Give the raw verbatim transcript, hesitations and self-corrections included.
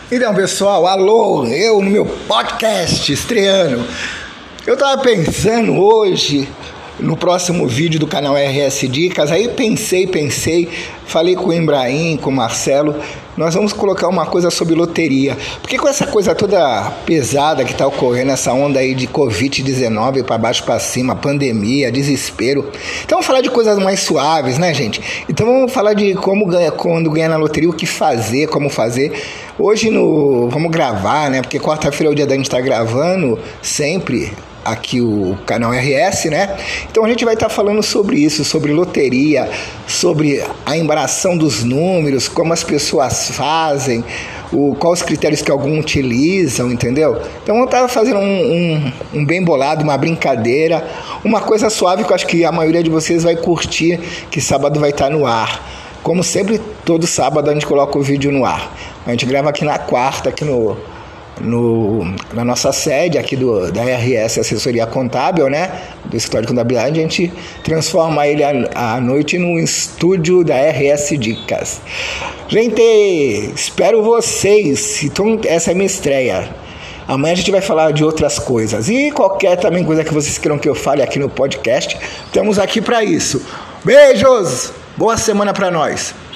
Então, pessoal, alô, eu no meu podcast estreando. Eu tava pensando hoje no próximo vídeo do canal R S Dicas, aí pensei, pensei, falei com o Ibrahim, com o Marcelo, nós vamos colocar uma coisa sobre loteria, porque com essa coisa toda pesada que tá ocorrendo, essa onda aí de covid dezenove para baixo para cima, pandemia, desespero, então vamos falar de coisas mais suaves, né, gente? Então vamos falar de como ganha, quando ganha na loteria, o que fazer, como fazer. Hoje no, vamos gravar, né, porque quarta-feira é o dia da gente estar gravando, sempre, aqui o canal R S, né? Então a gente vai estar falando sobre isso, sobre loteria, sobre a embaração dos números, como as pessoas fazem, o, quais os critérios que alguns utilizam, entendeu? Então vamos estar fazendo um, um, um bem bolado, uma brincadeira, uma coisa suave que eu acho que a maioria de vocês vai curtir, que sábado vai estar no ar. Como sempre, todo sábado a gente coloca o vídeo no ar. A gente grava aqui na quarta, aqui no... No, na nossa sede aqui do, da R S Assessoria Contábil, né, do Escritório de Contabilidade, a gente transforma ele à noite num estúdio da R S Dicas. Gente, espero vocês, então essa é a minha estreia. Amanhã a gente vai falar de outras coisas e qualquer também coisa que vocês queiram que eu fale aqui no podcast, estamos aqui para isso. Beijos, boa semana para nós.